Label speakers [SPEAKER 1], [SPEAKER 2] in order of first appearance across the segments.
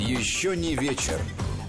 [SPEAKER 1] Еще не вечер.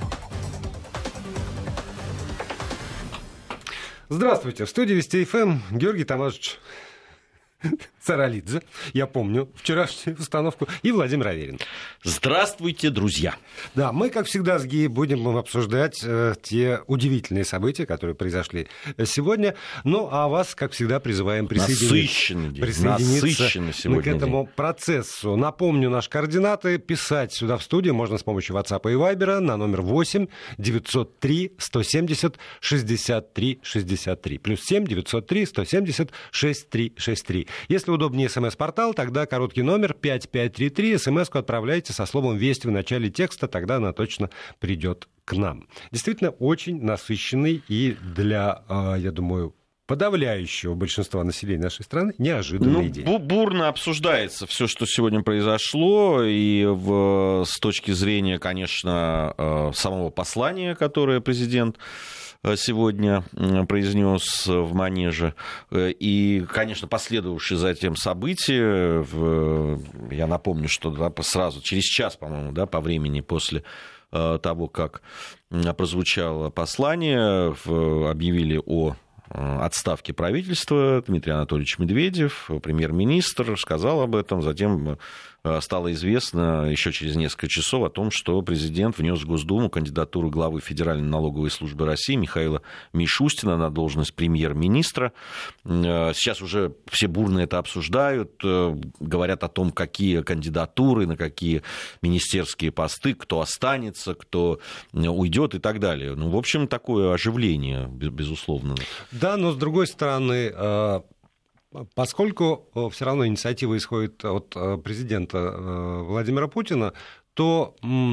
[SPEAKER 2] Здравствуйте. В студии Вести ФМ Георгий Тамазович Царалидзе, я помню вчерашнюю установку, и Владимир Аверин.
[SPEAKER 3] Здравствуйте, друзья.
[SPEAKER 2] Да, мы, как всегда, с ГИ будем обсуждать те удивительные события, которые произошли сегодня. Ну, а вас, как всегда, призываем присоединиться к этому процессу. Напомню, наши координаты. Писать сюда в студию можно с помощью WhatsApp и Viber на номер 8 903 170 63 63. Плюс 7 903 170 63 63. Если удобнее смс-портал, тогда короткий номер 5533. Смс-ку отправляйте со словом «Вести» в начале текста, тогда она точно придет к нам. Действительно, очень насыщенный и для, я думаю, подавляющего большинства населения нашей страны неожиданный день.
[SPEAKER 3] Бурно обсуждается все, что сегодня произошло, и с точки зрения, конечно, самого послания, которое президент сегодня произнес в Манеже, и, конечно, последовавшие затем события. Я напомню, что сразу, через час, по-моему, по времени после того, как прозвучало послание, объявили о отставке правительства. Дмитрий Анатольевич Медведев, премьер-министр, сказал об этом. Затем стало известно еще через несколько часов о том, что президент внес в Госдуму кандидатуру главы Федеральной налоговой службы России Михаила Мишустина на должность премьер-министра. Сейчас уже все бурно это обсуждают, говорят о том, какие кандидатуры, на какие министерские посты, кто останется, кто уйдет и так далее. В общем, такое оживление, безусловно.
[SPEAKER 2] Да, но с другой стороны, поскольку все равно инициатива исходит от президента Владимира Путина, то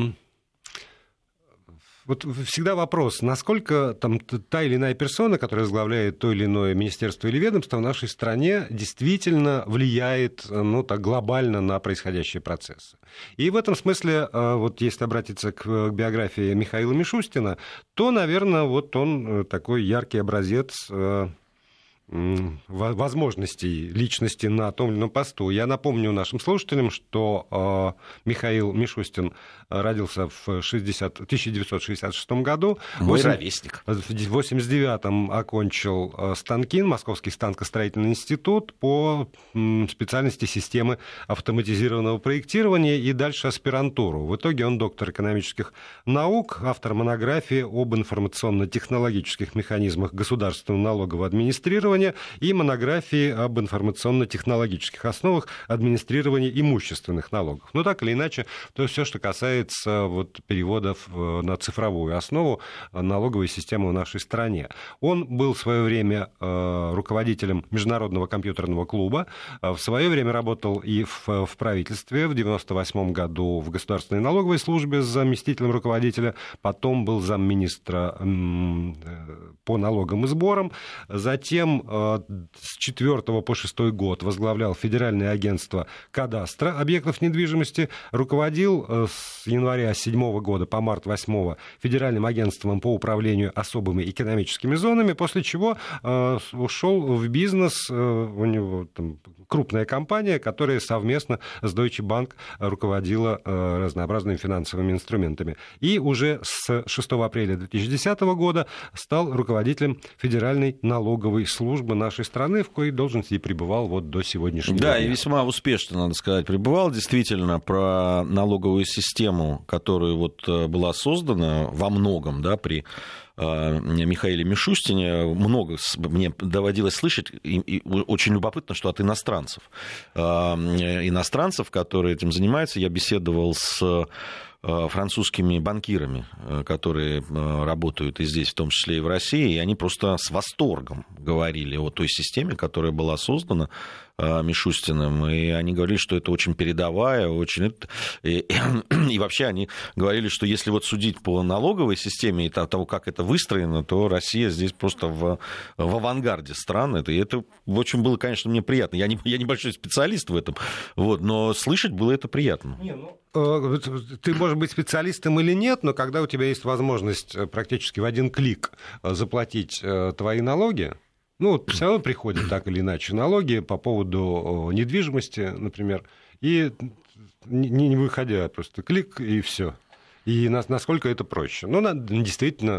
[SPEAKER 2] вот всегда вопрос, насколько та или иная персона, которая возглавляет то или иное министерство или ведомство в нашей стране, действительно влияет так глобально на происходящие процессы. И в этом смысле, вот если обратиться к биографии Михаила Мишустина, то, наверное, вот он такой яркий образец возможностей личности на том или ином посту. Я напомню нашим слушателям, что Михаил Мишустин родился в 1966 году.
[SPEAKER 3] Мой ровесник.
[SPEAKER 2] В 1989-м окончил Станкин, Московский станкостроительный институт, по специальности системы автоматизированного проектирования и дальше аспирантуру. В итоге он доктор экономических наук, автор монографии об информационно-технологических механизмах государственного налогового администрирования и монографии об информационно-технологических основах администрирования имущественных налогов. Но так или иначе, то все, что касается переводов на цифровую основу налоговой системы в нашей стране. Он был в свое время руководителем Международного компьютерного клуба, в свое время работал и в правительстве, в 1998 году в Государственной налоговой службе заместителем руководителя, потом был замминистра по налогам и сборам, затем с 4 по 6 год возглавлял Федеральное агентство кадастра объектов недвижимости, руководил с января 7 года по март 8 Федеральным агентством по управлению особыми экономическими зонами, после чего ушел в бизнес. У него крупная компания, которая совместно с Deutsche Bank руководила разнообразными финансовыми инструментами. И уже с 6 апреля 2010 года стал руководителем Федеральной налоговой службы нашей страны, в коей должности и пребывал до сегодняшнего дня.
[SPEAKER 3] Да, и весьма успешно, надо сказать, пребывал. Действительно, про налоговую систему, которая была создана во многом, при Михаиле Мишустине, много мне доводилось слышать, и очень любопытно, что от иностранцев. Иностранцев, которые этим занимаются, я беседовал с французскими банкирами, которые работают и здесь, в том числе и в России, и они просто с восторгом говорили о той системе, которая была создана Мишустиным, и они говорили, что это очень передовая, и вообще они говорили, что если судить по налоговой системе и того, как это выстроено, то Россия здесь просто в авангарде стран, и это очень было, конечно, мне приятно. Я небольшой специалист в этом, но слышать было это приятно.
[SPEAKER 2] Ты можешь быть специалистом или нет, но когда у тебя есть возможность практически в один клик заплатить твои налоги, все равно приходят так или иначе налоги по поводу недвижимости, например, и не выходя, просто клик и все. И насколько это проще? Ну, действительно,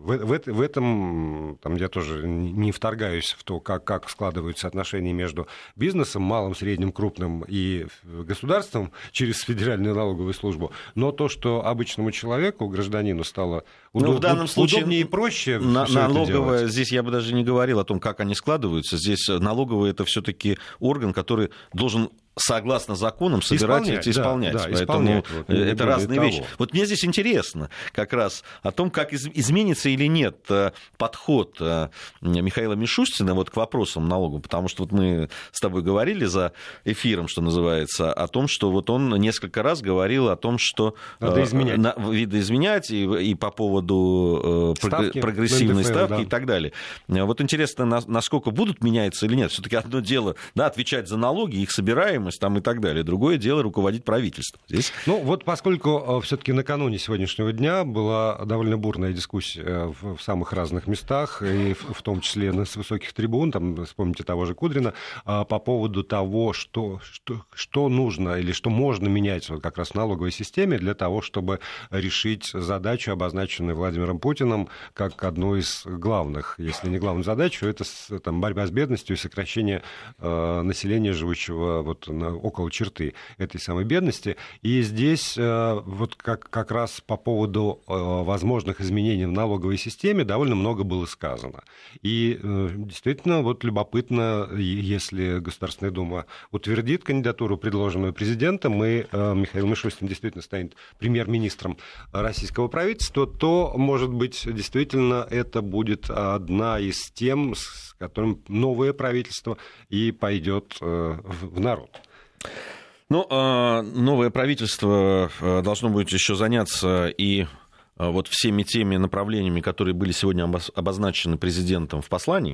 [SPEAKER 2] в этом там, я тоже не вторгаюсь в то, как складываются отношения между бизнесом, малым, средним, крупным и государством через Федеральную налоговую службу. Но то, что обычному человеку, гражданину стало
[SPEAKER 3] в данном случае
[SPEAKER 2] удобнее и проще
[SPEAKER 3] налоговая, здесь я бы даже не говорил о том, как они складываются. Здесь налоговая — это все-таки орган, который должен согласно законам собирать и исполнять.
[SPEAKER 2] Да,
[SPEAKER 3] поэтому это разные
[SPEAKER 2] того.
[SPEAKER 3] вещи. Вот мне здесь интересно как раз о том, как изменится или нет подход Михаила Мишустина вот к вопросам налогов, потому что вот мы с тобой говорили за эфиром, что называется, о том, что вот он несколько раз говорил о том, что
[SPEAKER 2] надо
[SPEAKER 3] видоизменять и по поводу прогрессивной ставки и так далее. Вот интересно, насколько будут меняться или нет. Все-таки одно дело, да, отвечать за налоги, их собираем там и так далее. Другое дело руководить правительством. Здесь...
[SPEAKER 2] Ну, вот поскольку все-таки накануне сегодняшнего дня была довольно бурная дискуссия в самых разных местах, и в том числе с высоких трибун, там, вспомните того же Кудрина, по поводу того, что нужно или что можно менять вот как раз в налоговой системе для того, чтобы решить задачу, обозначенную Владимиром Путиным, как одну из главных, если не главную задачу, это там, борьба с бедностью и сокращение населения, живущего вот около черты этой самой бедности. И здесь вот как раз по поводу возможных изменений в налоговой системе довольно много было сказано. И действительно вот любопытно, если Государственная Дума утвердит кандидатуру, предложенную президентом, и Михаил Мишустин действительно станет премьер-министром российского правительства, то, может быть, действительно это будет одна из тем, с которым новое правительство и пойдет в народ.
[SPEAKER 3] Ну, новое правительство должно будет еще заняться и вот всеми теми направлениями, которые были сегодня обозначены президентом в послании.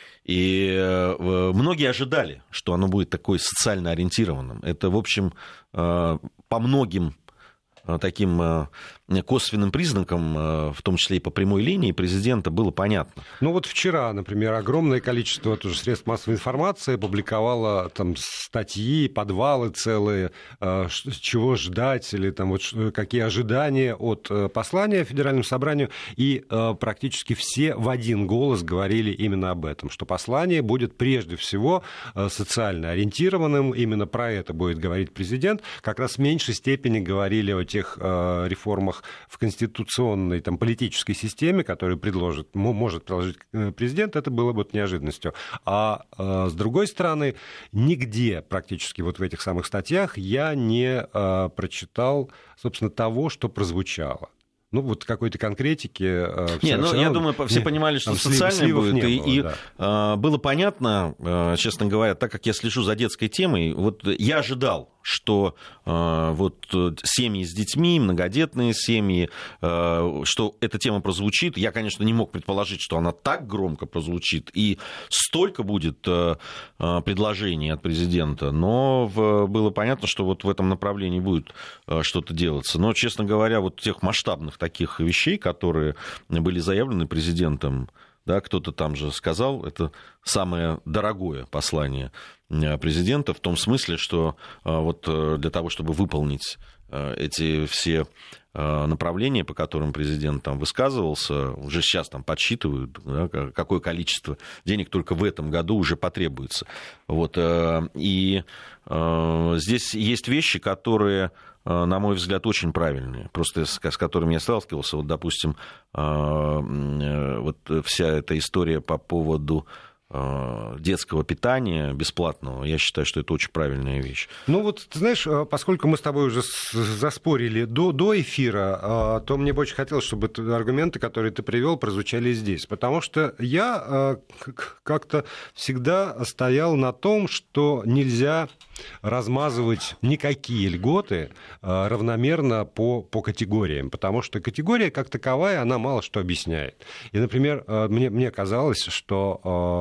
[SPEAKER 3] И многие ожидали, что оно будет такое социально ориентированным. Это, в общем, по многим таким косвенным признакам, в том числе и по прямой линии президента, было понятно.
[SPEAKER 2] Ну вот вчера, например, огромное количество тоже средств массовой информации публиковало там статьи, подвалы целые, чего ждать или там вот какие ожидания от послания Федеральному собранию, и практически все в один голос говорили именно об этом, что послание будет прежде всего социально ориентированным, именно про это будет говорить президент, как раз в меньшей степени говорили о тех реформах в конституционной там, политической системе, которую может предложить президент, это было бы неожиданностью. А с другой стороны, нигде практически вот в этих самых статьях я не прочитал, собственно, того, что прозвучало. Ну, вот какой-то конкретики...
[SPEAKER 3] Не, ну, я думаю, все понимали, что социальное будет. И было понятно, честно говоря, так как я слежу за детской темой, вот я ожидал, что вот семьи с детьми, многодетные семьи, что эта тема прозвучит. Я, конечно, не мог предположить, что она так громко прозвучит, и столько будет предложений от президента, но было понятно, что вот в этом направлении будет что-то делаться. Но, честно говоря, вот тех масштабных таких вещей, которые были заявлены президентом, да, кто-то там же сказал, это самое дорогое послание президента в том смысле, что вот для того, чтобы выполнить эти все направления, по которым президент там высказывался, уже сейчас там подсчитывают, да, какое количество денег только в этом году уже потребуется. Вот, и здесь есть вещи, которые, на мой взгляд, очень правильные, просто с которыми я сталкивался. Вот, допустим, вот вся эта история по поводу детского питания бесплатного, я считаю, что это очень правильная вещь.
[SPEAKER 2] Ну вот, ты знаешь, поскольку мы с тобой уже заспорили до эфира, то мне бы очень хотелось, чтобы аргументы, которые ты привел, прозвучали здесь. Потому что я как-то всегда стоял на том, что нельзя размазывать никакие льготы равномерно по категориям. Потому что категория как таковая, она мало что объясняет. И, например, мне казалось, что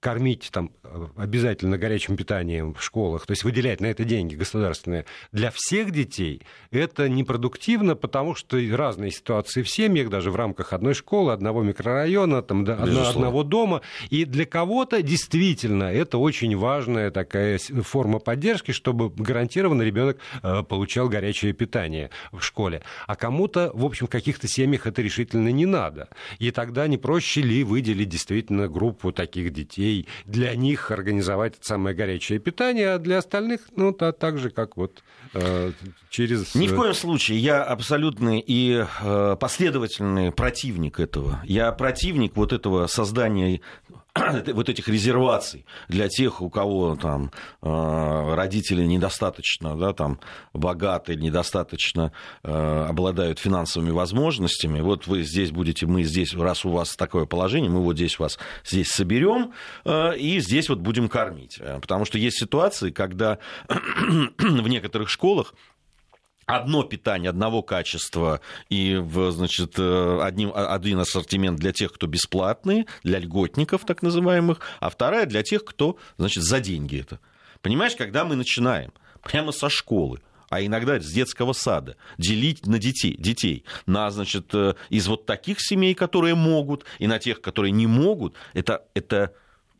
[SPEAKER 2] кормить там обязательно горячим питанием в школах, то есть выделять на это деньги государственные, для всех детей, это непродуктивно, потому что разные ситуации в семьях, даже в рамках одной школы, одного микрорайона, там, одного дома. И для кого-то действительно это очень важная такая форма поддержки, чтобы гарантированно ребенок получал горячее питание в школе. А кому-то, в общем, в каких-то семьях это решительно не надо. И тогда не проще ли выделить действительно группу таких детей, для них организовать это самое горячее питание, а для остальных, ну, так же, как вот через...
[SPEAKER 3] Ни в коем случае. Я абсолютный и последовательный противник этого. Я противник вот этого создания вот этих резерваций для тех, у кого там родители недостаточно, да, там, богаты, недостаточно обладают финансовыми возможностями. Вот вы здесь будете, мы здесь, раз у вас такое положение, мы вот здесь вас здесь соберем и здесь вот будем кормить. Потому что есть ситуации, когда в некоторых школах одно питание одного качества и, значит, один ассортимент для тех, кто бесплатный, для льготников так называемых, а вторая для тех, кто, значит, за деньги это. Понимаешь, когда мы начинаем прямо со школы, а иногда с детского сада, делить на детей на, значит, из вот таких семей, которые могут, и на тех, которые не могут, это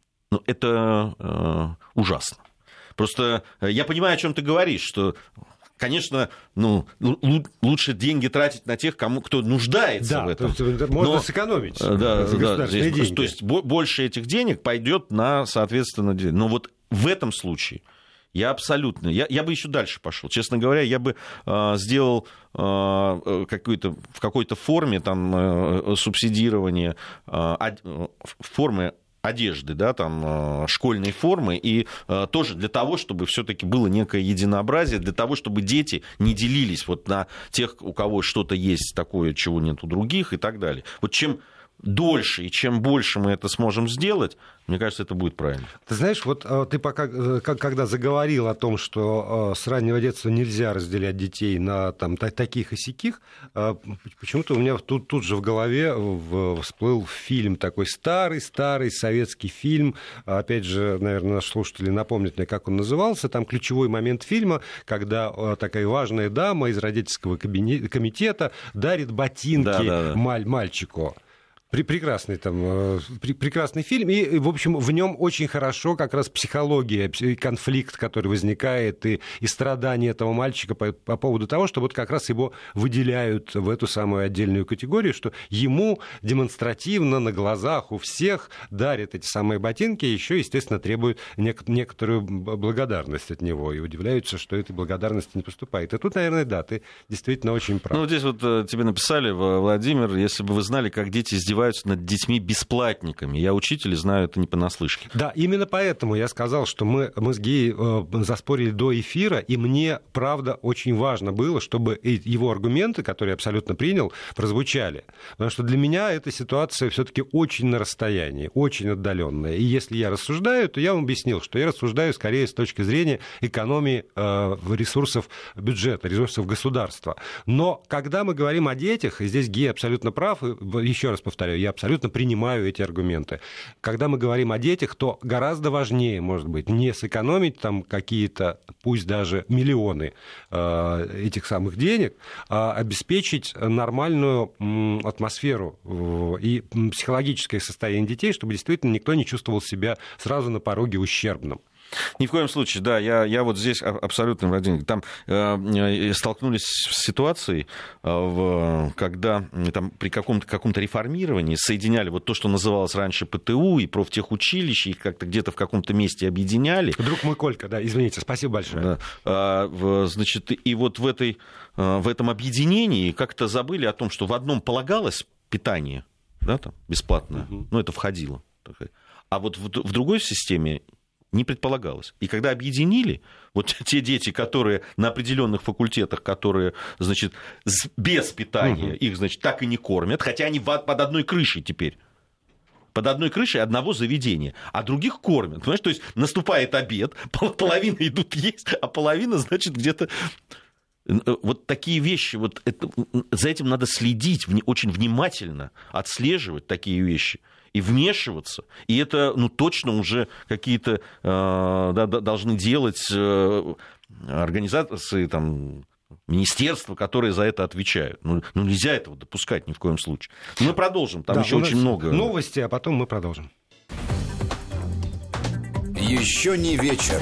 [SPEAKER 3] ужасно. Просто я понимаю, о чем ты говоришь, что... Конечно, лучше деньги тратить на тех, кто нуждается в этом.
[SPEAKER 2] Можно сэкономить государственные деньги.
[SPEAKER 3] То есть больше этих денег пойдет на, соответственно, но вот в этом случае я абсолютно... Я бы еще дальше пошел. Честно говоря, я бы сделал в какой-то форме там, субсидирование формы одежды, да, там, школьной формы, и тоже для того, чтобы все-таки было некое единообразие, для того, чтобы дети не делились вот на тех, у кого что-то есть такое, чего нет у других и так далее. Вот чем дольше и чем больше мы это сможем сделать, мне кажется, это будет правильно.
[SPEAKER 2] Ты знаешь, вот ты пока, когда заговорил о том, что с раннего детства нельзя разделять детей на там, таких и сяких, почему-то у меня тут же в голове всплыл фильм, такой старый советский фильм, опять же, наверное, наши слушатели напомнят мне, как он назывался, там ключевой момент фильма, когда такая важная дама из родительского комитета дарит ботинки мальчику. Прекрасный фильм, и, в общем, в нем очень хорошо как раз психология, конфликт, который возникает, и страдания этого мальчика по поводу того, что вот как раз его выделяют в эту самую отдельную категорию, что ему демонстративно на глазах у всех дарят эти самые ботинки, и еще, естественно, требуют некоторую благодарность от него, и удивляются, что этой благодарности не поступает. И тут, наверное, да, ты действительно очень прав.
[SPEAKER 3] Ну, здесь вот тебе написали, Владимир, если бы вы знали, как дети издеваются над детьми-бесплатниками. Я учитель и знаю это не понаслышке.
[SPEAKER 2] Да, именно поэтому я сказал, что мы с Геей заспорили до эфира, и мне, правда, очень важно было, чтобы его аргументы, которые я абсолютно принял, прозвучали. Потому что для меня эта ситуация все-таки очень на расстоянии, очень отдаленная. И если я рассуждаю, то я вам объяснил, что я рассуждаю скорее с точки зрения экономии ресурсов бюджета, ресурсов государства. Но когда мы говорим о детях, и здесь Гея абсолютно прав, и еще раз повторяю, я абсолютно принимаю эти аргументы. Когда мы говорим о детях, то гораздо важнее, может быть, не сэкономить там какие-то, пусть даже миллионы этих самых денег, а обеспечить нормальную атмосферу и психологическое состояние детей, чтобы действительно никто не чувствовал себя сразу на пороге ущербным.
[SPEAKER 3] Ни в коем случае, да, я вот здесь абсолютно, Владимир, там столкнулись с ситуацией, когда там при каком-то реформировании соединяли вот то, что называлось раньше ПТУ и профтехучилище, их как-то где-то в каком-то месте объединяли.
[SPEAKER 2] Друг мой Колька, да, извините, спасибо большое.
[SPEAKER 3] Значит, и вот в этом объединении как-то забыли о том, что в одном полагалось питание, да, там, бесплатное, ну, это входило. А вот в другой системе не предполагалось. И когда объединили, вот те дети, которые на определенных факультетах, которые, значит, без питания, их, значит, так и не кормят, хотя они под одной крышей теперь. Под одной крышей одного заведения, а других кормят. Понимаешь, то есть наступает обед, половина идут есть, а половина, значит, где-то... Вот такие вещи, за этим надо следить, очень внимательно отслеживать такие вещи. и вмешиваться. И это, точно уже какие-то должны делать организации, министерства, которые за это отвечают. Нельзя этого допускать ни в коем случае. Мы продолжим, там еще очень много.
[SPEAKER 2] Новости, а потом мы продолжим.
[SPEAKER 1] Еще не вечер.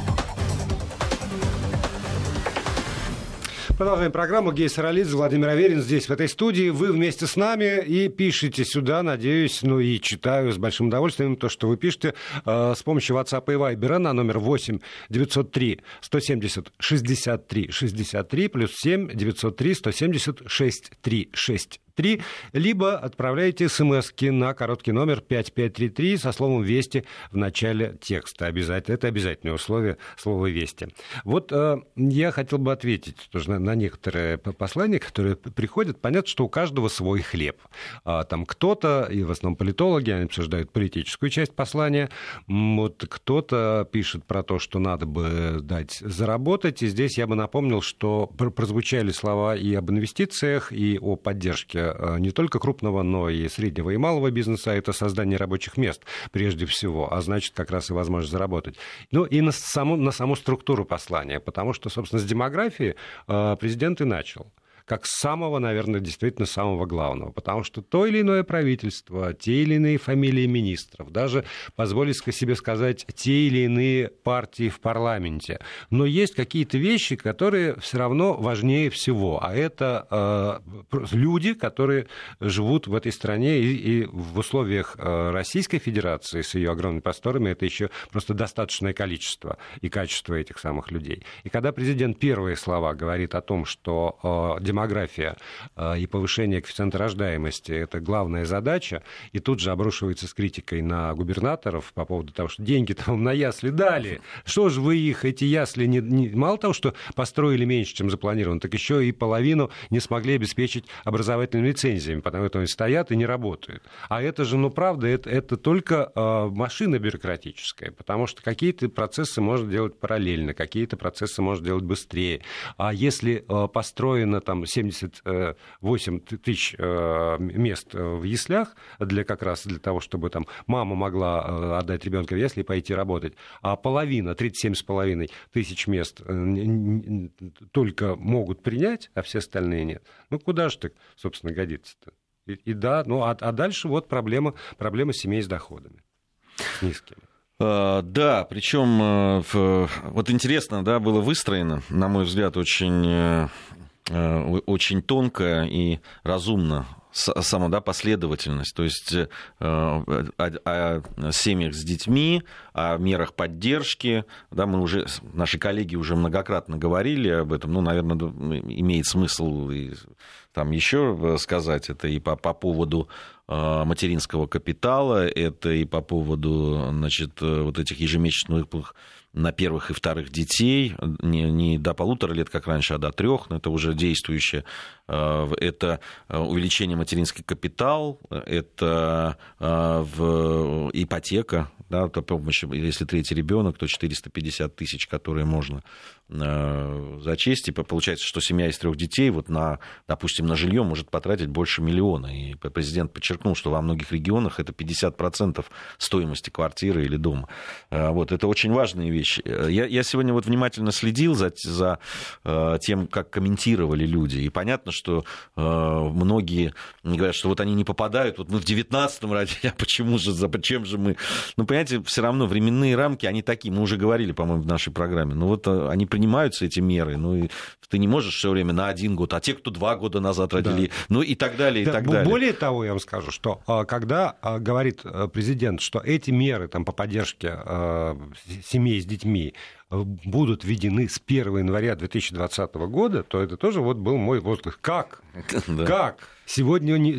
[SPEAKER 2] Продолжаем программу. Гея Саралидзе, Владимир Аверин здесь, в этой студии. Вы вместе с нами и пишите сюда, надеюсь, и читаю с большим удовольствием то, что вы пишете с помощью WhatsApp и Viber на номер 8 903 170 63 63 плюс 7 903 170 63 63, либо отправляйте смски на короткий номер 5533 со словом «Вести» в начале текста. Обязательно. Это обязательное условие слова «Вести». Вот я хотел бы ответить тоже на некоторые послания, которые приходят. Понятно, что у каждого свой хлеб. Там кто-то, и в основном политологи, они обсуждают политическую часть послания. Вот кто-то пишет про то, что надо бы дать заработать. И здесь я бы напомнил, что прозвучали слова и об инвестициях, и о поддержке не только крупного, но и среднего и малого бизнеса. Это создание рабочих мест прежде всего, а значит, как раз и возможность заработать. И на саму структуру послания, потому что, собственно, с демографии президент и начал. Как с самого, наверное, действительно самого главного. Потому что то или иное правительство, те или иные фамилии министров, даже, позволить себе сказать, те или иные партии в парламенте. Но есть какие-то вещи, которые все равно важнее всего. А это люди, которые живут в этой стране и в условиях Российской Федерации с ее огромными просторами это еще просто достаточное количество и качество этих самых людей. И когда президент первые слова говорит о том, что демография и повышение коэффициента рождаемости – это главная задача, и тут же обрушивается с критикой на губернаторов по поводу того, что деньги-то вам на ясли дали. Что же вы эти ясли, мало того, что построили меньше, чем запланировано, так еще и половину не смогли обеспечить образовательными лицензиями, потому что они стоят и не работают. А это же, правда, это только машина бюрократическая, потому что какие-то процессы можно делать параллельно, какие-то процессы можно делать быстрее. А если построено 78 тысяч мест в яслях как раз для того, чтобы мама могла отдать ребенка в ясли и пойти работать, а половина, 37,5 тысяч мест только могут принять, а все остальные нет. Куда же так, собственно, годится-то? А дальше проблема семей с доходами низкими.
[SPEAKER 3] Да, причем интересно, было выстроено, на мой взгляд, очень тонко и разумно сама последовательность, то есть о семьях с детьми, о мерах поддержки, наши коллеги уже многократно говорили об этом, наверное, имеет смысл еще сказать, это и по поводу материнского капитала, это и по поводу, этих ежемесячных выплат на первых и вторых детей, не до 1,5 лет, как раньше, а до 3, но это уже действующее. Это увеличение материнский капитал, это ипотека, это помощь, если 3-й ребенок, то 450 тысяч, которые можно зачесть. И получается, что семья из 3 детей, допустим, на жилье может потратить больше 1 миллиона. И президент подчеркнул, что во многих регионах это 50% стоимости квартиры или дома. Это очень важные вещи. Я сегодня внимательно следил за тем, как комментировали люди. И понятно, что многие говорят, что они не попадают. Мы в 19-м родили, а зачем же мы? Понимаете, все равно временные рамки, они такие. Мы уже говорили, по-моему, в нашей программе. Они принимаются, эти меры. И ты не можешь все время на 1 год, а те, кто 2 года назад родили, и так далее, и так далее.
[SPEAKER 2] Более того, я вам скажу, что когда говорит президент, что эти меры по поддержке семей с детьми будут введены с 1 января 2020 года, то это тоже был мой возглас. Как?
[SPEAKER 3] Да.
[SPEAKER 2] Как? Сегодня не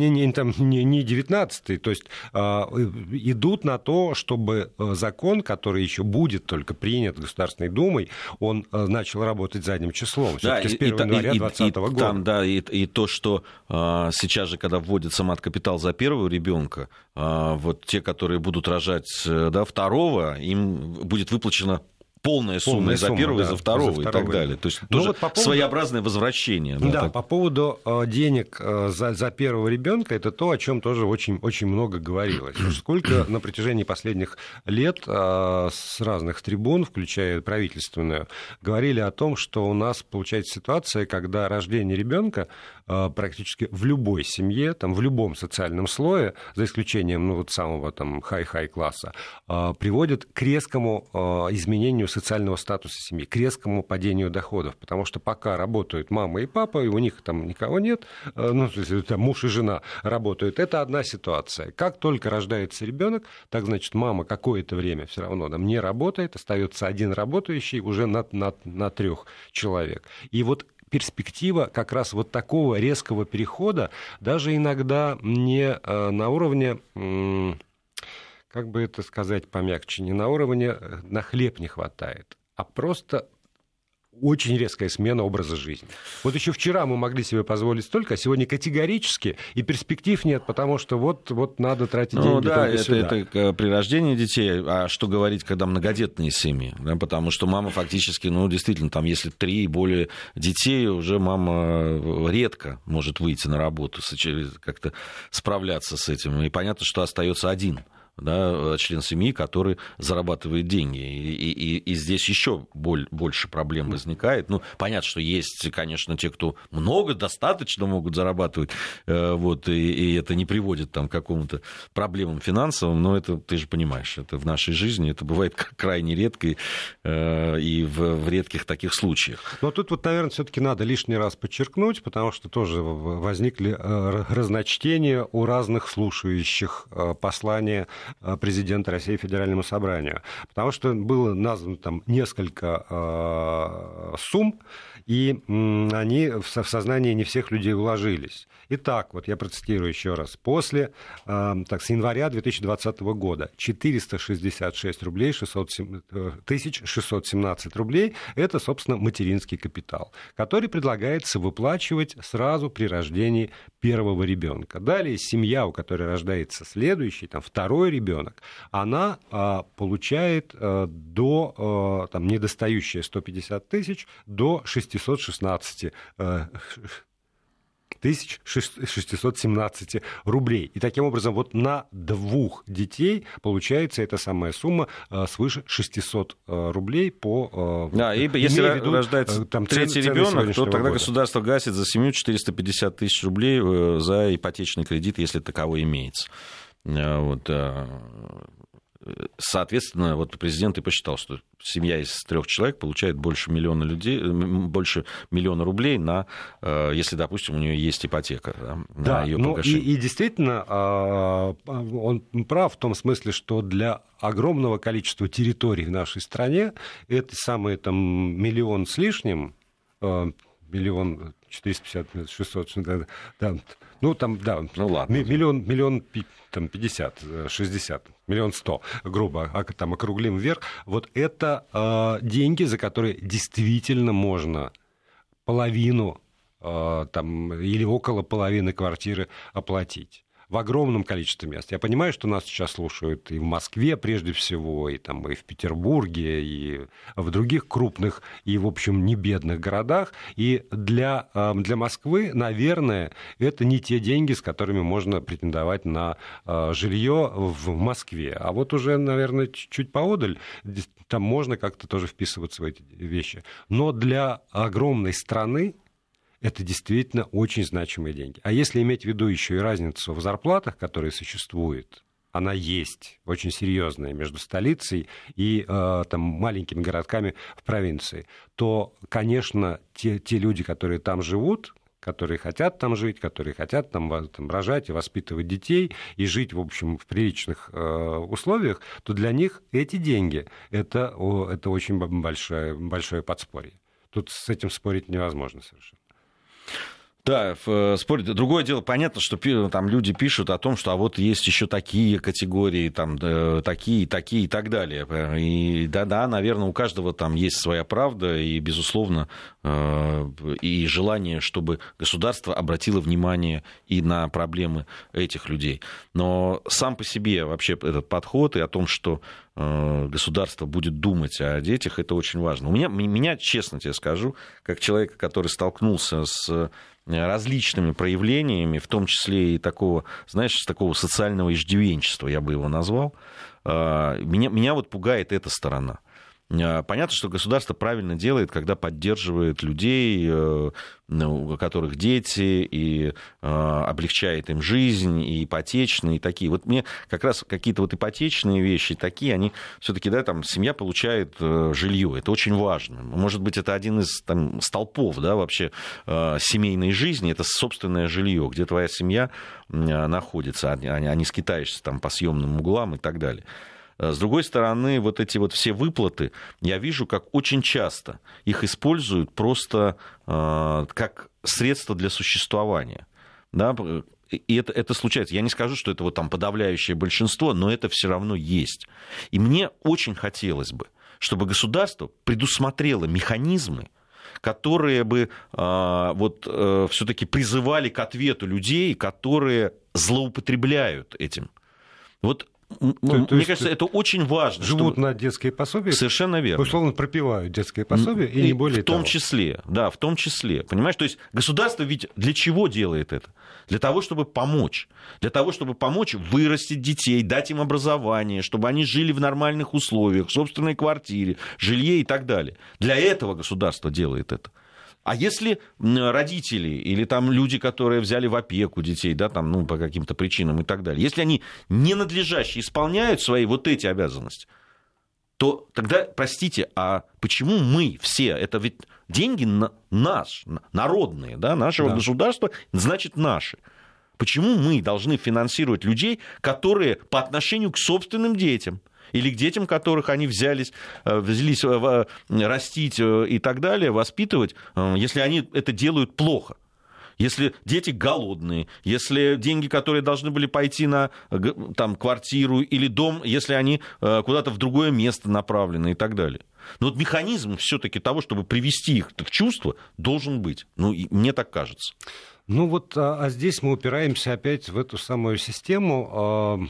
[SPEAKER 2] 19-й, то есть идут на то, чтобы закон, который еще будет только принят Государственной Думой, он начал работать задним числом. Все-таки с 1 января 2020 года.
[SPEAKER 3] И то, что сейчас же, когда вводится мат-капитал за 1-го ребенка, те, которые будут рожать 2-го, им будет выплачено полная сумма и за первого, и за второго, и так далее. То есть тоже своеобразное возвращение.
[SPEAKER 2] Да, по поводу денег за первого ребенка, это то, о чем тоже очень, очень много говорилось. Сколько на протяжении последних лет с разных трибун, включая правительственную, говорили о том, что у нас получается ситуация, когда рождение ребенка практически в любой семье, там, в любом социальном слое, за исключением самого там хай-хай класса, приводит к резкому изменению социального статуса семьи, к резкому падению доходов, потому что пока работают мама и папа, и у них там никого нет, там муж и жена работают, это одна ситуация. Как только рождается ребенок, так значит мама какое-то время все равно там не работает, остается один работающий уже на 3 человек. И вот перспектива как раз вот такого резкого перехода, даже иногда не на уровне, как бы это сказать помягче, не на уровне «на хлеб не хватает», а просто очень резкая смена образа жизни. Вот еще вчера мы могли себе позволить столько, а сегодня категорически, и перспектив нет, потому что вот надо тратить деньги только сюда.
[SPEAKER 3] Это при рождении детей, а что говорить, когда многодетные семьи, да, потому что мама фактически, действительно, там, если 3 и более детей, уже мама редко может выйти на работу, как-то справляться с этим, и понятно, что остается один. Да, член семьи, который зарабатывает деньги. И здесь еще больше проблем возникает. Понятно, что есть, конечно, те, кто достаточно могут зарабатывать, и это не приводит там, к какому-то проблемам финансовым, но это, ты же понимаешь, это в нашей жизни, это бывает крайне редко и в редких таких случаях.
[SPEAKER 2] Но тут наверное, все-таки надо лишний раз подчеркнуть, потому что тоже возникли разночтения у разных слушающих послания президента России Федеральному собранию. Потому что было названо там несколько сумм, и они в сознание не всех людей уложились. Итак, я процитирую еще раз. С января 2020 года 466 рублей 617 рублей – это, собственно, материнский капитал, который предлагается выплачивать сразу при рождении первого ребенка. Далее семья, у которой рождается следующий, второй ребенок, она получает недостающие 150 тысяч до 616 617 рублей. И таким образом на 2 детей получается эта самая сумма свыше 600 рублей по...
[SPEAKER 3] и если рождается третий ребенок, то тогда государство гасит за семью 450 тысяч рублей за ипотечный кредит, если таковой имеется. Соответственно, президент и посчитал, что семья из 3 человек получает больше миллиона рублей, если, допустим, у нее есть ипотека на ее погашение.
[SPEAKER 2] И действительно, он прав в том смысле, что для огромного количества территорий в нашей стране это самые миллион с лишним, 1 450, 600, миллион 50, 60, 1 100 000, грубо, округлим вверх. Это деньги, за которые действительно можно половину или около половины квартиры оплатить. В огромном количестве мест. Я понимаю, что нас сейчас слушают и в Москве прежде всего, и в Петербурге, и в других крупных и, в общем, не бедных городах. И для Москвы, наверное, это не те деньги, с которыми можно претендовать на жилье в Москве. А уже, наверное, чуть поодаль, там можно как-то тоже вписываться в эти вещи. Но для огромной страны это действительно очень значимые деньги. А если иметь в виду еще и разницу в зарплатах, которая существует, она есть, очень серьезная, между столицей и маленькими городками в провинции, то, конечно, те люди, которые там живут, которые хотят там жить, которые хотят там рожать и воспитывать детей и жить, в общем, в приличных условиях, то для них эти деньги – это очень большое подспорье. Тут с этим спорить невозможно совершенно.
[SPEAKER 3] Да, спорить. Другое дело, понятно, что люди пишут о том, что есть еще такие категории, такие и так далее. И да, наверное, у каждого есть своя правда, и, безусловно, и желание, чтобы государство обратило внимание и на проблемы этих людей. Но сам по себе вообще этот подход и о том, что государство будет думать о детях, это очень важно. Меня, честно тебе скажу, как человека, который столкнулся с различными проявлениями, в том числе и такого, знаешь, такого социального иждивенчества, я бы его назвал, меня вот пугает эта сторона. Понятно, что государство правильно делает, когда поддерживает людей, у которых дети, и облегчает им жизнь, и ипотечные, и такие. Вот мне как раз какие-то вот ипотечные вещи такие, они все-таки, да, там семья получает жилье, это очень важно. Может быть, это один из там столпов, да, вообще семейной жизни, это собственное жилье, где твоя семья находится, а не скитаешься там по съемным углам и так далее. С другой стороны, вот эти вот все выплаты, я вижу, как очень часто их используют просто как средство для существования. Да? И это случается. Я не скажу, что это вот там подавляющее большинство, но это все равно есть. И мне очень хотелось бы, чтобы государство предусмотрело механизмы, которые бы все-таки призывали к ответу людей, которые злоупотребляют этим. Вот. Мне кажется, это очень важно.
[SPEAKER 2] Живут на детские пособия.
[SPEAKER 3] Совершенно верно.
[SPEAKER 2] Условно пропивают детские пособия, и не более того.
[SPEAKER 3] В том числе, да, в том числе. Понимаешь, то есть государство ведь для чего делает это? Для того, чтобы помочь. Для того, чтобы помочь вырастить детей, дать им образование, чтобы они жили в нормальных условиях, в собственной квартире, жилье и так далее. Для этого государство делает это. А если родители или там люди, которые взяли в опеку детей, да, там, ну, по каким-то причинам и так далее, если они ненадлежаще исполняют свои вот эти обязанности, то тогда, простите, а почему мы все, это ведь деньги народные, да, нашего государства, значит, наши. Почему мы должны финансировать людей, которые по отношению к собственным детям, или к детям, которых они взялись растить и так далее, воспитывать, если они это делают плохо? Если дети голодные, если деньги, которые должны были пойти на там, квартиру или дом, если они куда-то в другое место направлены и так далее. Но вот механизм все-таки того, чтобы привести их в чувство, должен быть. Ну, мне так кажется.
[SPEAKER 2] Ну вот, а здесь мы упираемся опять в эту самую систему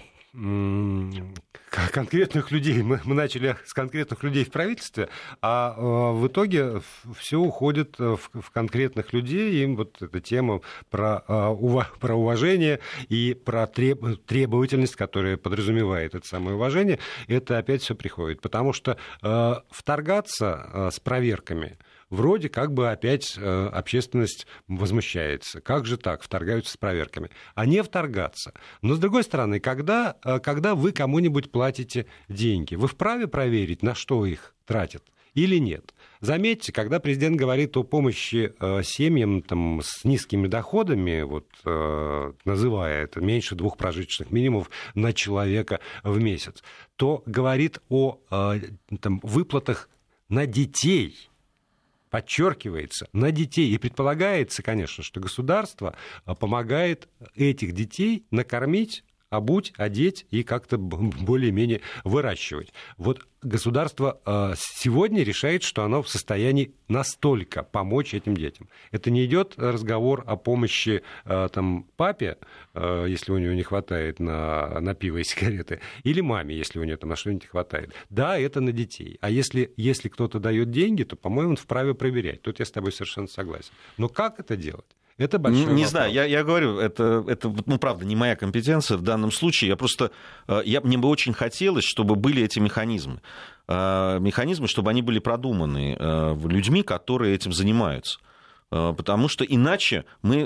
[SPEAKER 2] конкретных людей. Мы начали с конкретных людей в правительстве, а в итоге все уходит в конкретных людей. Им вот эта тема про уважение и про требовательность, которая подразумевает это самое уважение, это опять все приходит. Потому что вторгаться с проверками вроде как бы опять общественность возмущается. Как же так? Вторгаются с проверками. А не вторгаться. Но, с другой стороны, когда вы кому-нибудь платите деньги, вы вправе проверить, на что их тратят или нет? Заметьте, когда президент говорит о помощи семьям там, с низкими доходами, вот, называя это меньше 2 прожиточных минимумов на человека в месяц, то говорит о там, выплатах на детей. Подчеркивается, на детей. И предполагается, конечно, что государство помогает этих детей накормить, обуть, одеть и как-то более-менее выращивать. Вот государство сегодня решает, что оно в состоянии настолько помочь этим детям. Это не идет разговор о помощи там, папе, если у него не хватает на пиво и сигареты, или маме, если у нее там на что-нибудь не хватает. Да, это на детей. А если кто-то дает деньги, то, по-моему, он вправе проверять. Тут я с тобой совершенно согласен. Но как это делать? Это большой вопрос.
[SPEAKER 3] Не знаю, я говорю, это ну, правда, не моя компетенция в данном случае. Мне бы очень хотелось, чтобы были эти механизмы. Механизмы, чтобы они были продуманы людьми, которые этим занимаются. Потому что иначе мы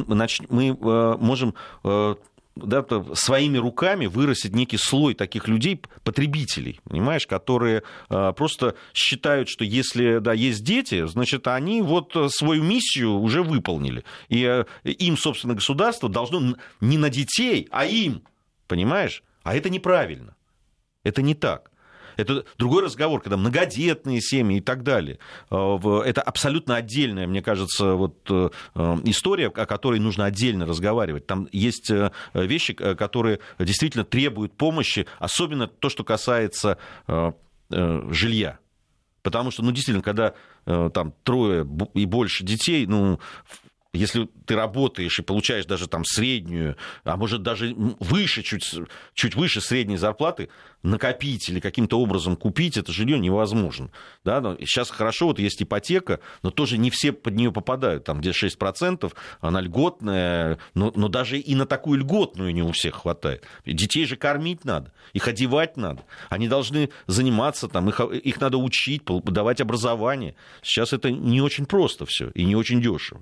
[SPEAKER 3] можем... Да, своими руками вырастить некий слой таких людей, потребителей, понимаешь, которые просто считают, что если есть дети, значит, они вот свою миссию уже выполнили. И им, собственно, государство должно не на детей, а им, понимаешь? А это неправильно. Это не так. Это другой разговор, когда многодетные семьи и так далее. Это абсолютно отдельная, мне кажется, вот история, о которой нужно отдельно разговаривать. Там есть вещи, которые действительно требуют помощи, особенно то, что касается жилья. Потому что, действительно, когда там 3 и больше детей, Если ты работаешь и получаешь даже там среднюю, а может даже выше, чуть выше средней зарплаты, накопить или каким-то образом купить это жилье невозможно. Да? Но сейчас хорошо, вот есть ипотека, но тоже не все под нее попадают. Там где 6%, она льготная, но даже и на такую льготную не у всех хватает. Детей же кормить надо, их одевать надо. Они должны заниматься, там, их надо учить, давать образование. Сейчас это не очень просто все и не очень дешево.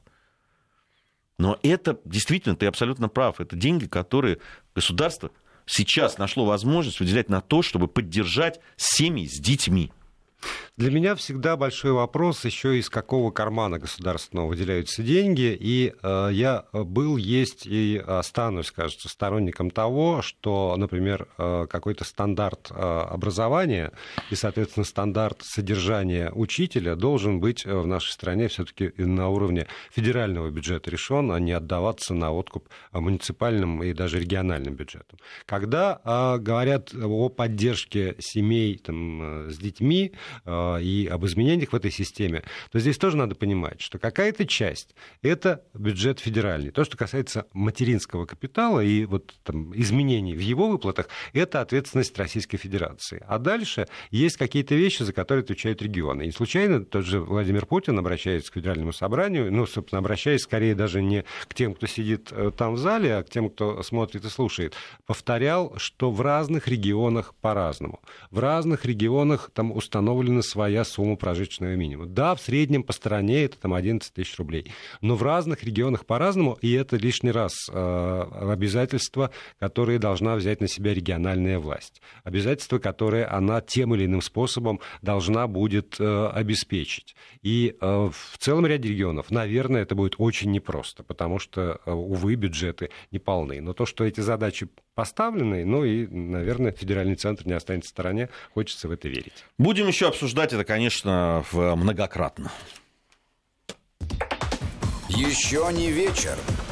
[SPEAKER 3] Но это, действительно, ты абсолютно прав, это деньги, которые государство сейчас нашло возможность выделять на то, чтобы поддержать семьи с детьми.
[SPEAKER 2] Для меня всегда большой вопрос еще из какого кармана государственного выделяются деньги. И я был, есть и останусь, кажется, сторонником того, что, например, какой-то стандарт образования и, соответственно, стандарт содержания учителя должен быть в нашей стране все-таки на уровне федерального бюджета решен, а не отдаваться на откуп муниципальным и даже региональным бюджетам. Когда говорят о поддержке семей там, с детьми, и об изменениях в этой системе, то здесь тоже надо понимать, что какая-то часть – это бюджет федеральный. То, что касается материнского капитала и вот, там, изменений в его выплатах, это ответственность Российской Федерации. А дальше есть какие-то вещи, за которые отвечают регионы. И не случайно тот же Владимир Путин обращается к Федеральному собранию, ну, собственно, обращаясь скорее даже не к тем, кто сидит там в зале, а к тем, кто смотрит и слушает, повторял, что в разных регионах по-разному. В разных регионах там установлены своя сумма прожиточного минимума. Да, в среднем по стране это там 11 тысяч рублей. Но в разных регионах по-разному, и это лишний раз обязательства, которые должна взять на себя региональная власть. Обязательства, которые она тем или иным способом должна будет обеспечить. И в целом ряде регионов, наверное, это будет очень непросто, потому что, увы, бюджеты не полны. Но то, что эти задачи поставлены, ну и, наверное, федеральный центр не останется в стороне, хочется в это верить.
[SPEAKER 3] Будем еще обсуждать это, конечно, многократно.
[SPEAKER 1] Еще не вечер.